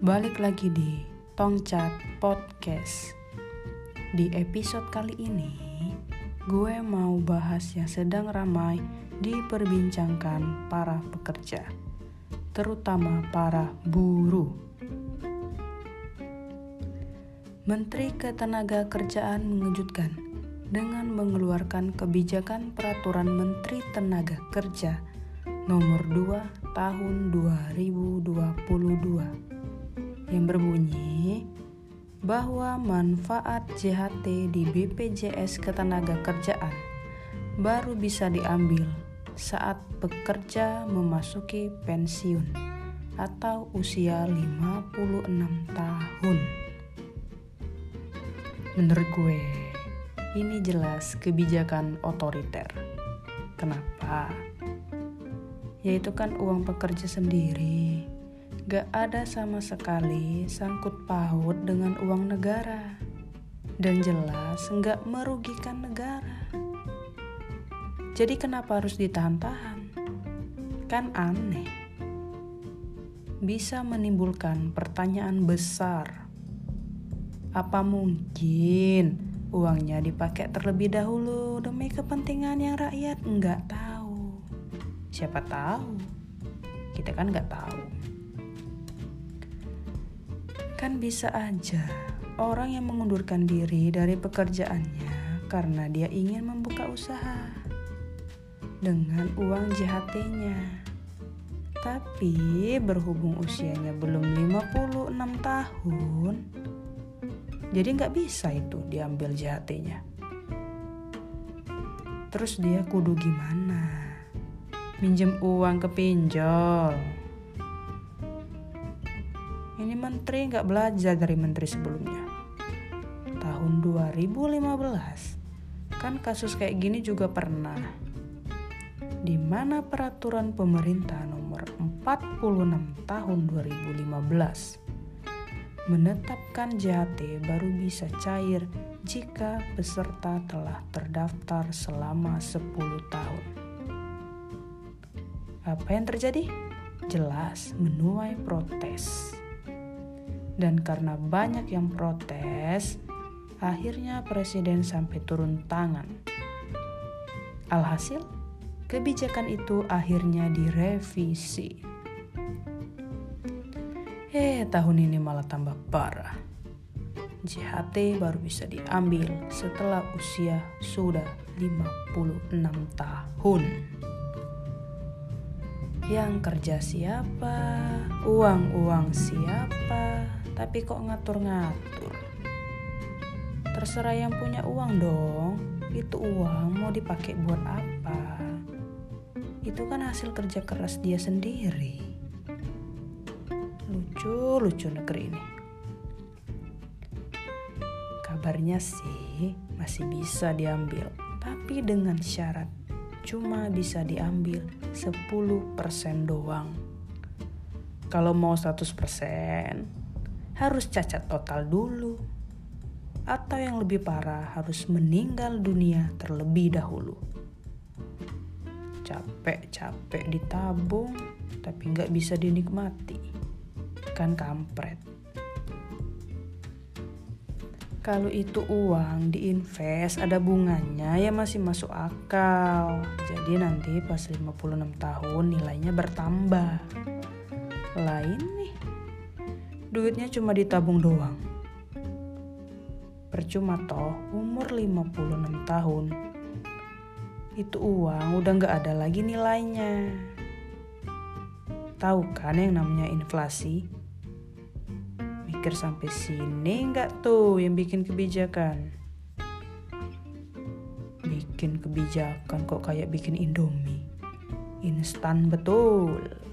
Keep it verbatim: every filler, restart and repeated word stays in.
Balik lagi di Tongcat Podcast. Di episode kali ini, gue mau bahas yang sedang ramai diperbincangkan para pekerja, terutama para buruh. Menteri Ketenagakerjaan mengejutkan dengan mengeluarkan kebijakan Peraturan Menteri Tenaga Kerja Nomor dua Tahun dua ribu dua puluh dua yang berbunyi bahwa manfaat J H T di B P J S Ketenagakerjaan baru bisa diambil saat pekerja memasuki pensiun atau usia lima puluh enam tahun. Menurut gue, ini jelas kebijakan otoriter. Kenapa? Yaitu kan uang pekerja sendiri. Gak ada sama sekali sangkut paut dengan uang negara. Dan jelas gak merugikan negara. Jadi kenapa harus ditahan-tahan? Kan aneh. Bisa menimbulkan pertanyaan besar. Apa mungkin uangnya dipakai terlebih dahulu demi kepentingannya rakyat? Enggak tahu. Siapa tahu? Kita kan enggak tahu. Kan bisa aja orang yang mengundurkan diri dari pekerjaannya karena dia ingin membuka usaha dengan uang J H T-nya. Tapi berhubung usianya belum lima puluh enam tahun, jadi gak bisa itu diambil J H T-nya. Terus dia kudu gimana? Minjem uang ke pinjol. Ini menteri gak belajar dari menteri sebelumnya. Tahun dua ribu lima belas kan kasus kayak gini juga pernah, di mana peraturan pemerintah nomor empat puluh enam tahun dua ribu lima belas menetapkan J H T baru bisa cair jika peserta telah terdaftar selama sepuluh tahun. Apa yang terjadi? Jelas menuai protes. Dan karena banyak yang protes, akhirnya presiden sampai turun tangan. Alhasil, kebijakan itu akhirnya direvisi. Eh, tahun ini malah tambah parah. J H T baru bisa diambil setelah usia sudah lima puluh enam tahun. Yang kerja siapa? Uang-uang siapa? Tapi kok ngatur-ngatur? Terserah yang punya uang dong. Itu uang mau dipakai buat apa? Itu kan hasil kerja keras dia sendiri. Lucu-lucu negeri ini. Kabarnya sih masih bisa diambil, tapi dengan syarat cuma bisa diambil sepuluh persen doang. Kalau mau seratus persen harus cacat total dulu. Atau yang lebih parah harus meninggal dunia terlebih dahulu. Capek-capek ditabung tapi gak bisa dinikmati. Kan kampret. Kalau itu uang diinvest ada bunganya ya masih masuk akal. Jadi nanti pas lima puluh enam tahun nilainya bertambah. Lain nih, duitnya cuma ditabung doang. Percuma toh umur lima puluh enam tahun. Itu uang udah gak ada lagi nilainya. Tahu kan yang namanya inflasi? Mikir sampai sini gak tuh yang bikin kebijakan? Bikin kebijakan kok kayak bikin Indomie. Instan betul.